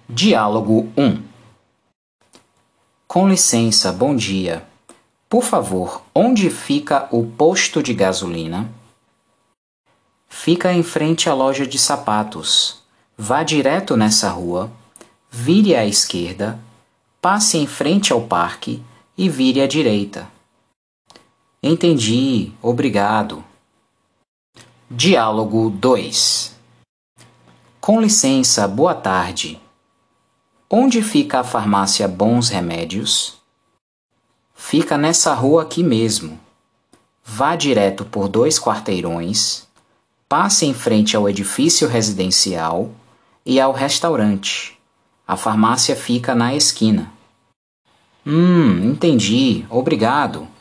Diálogo 1. Com licença, bom dia. Por favor, onde fica o posto de gasolina? Fica em frente à loja de sapatos. Vá direto nessa rua, vire à esquerda, passe em frente ao parque e vire à direita. Entendi, obrigado. Diálogo 2. Com licença, boa tarde. Onde fica a farmácia Bons Remédios? Fica nessa rua aqui mesmo. Vá direto por 2 quarteirões, passe em frente ao edifício residencial e ao restaurante. A farmácia fica na esquina. Entendi. Obrigado.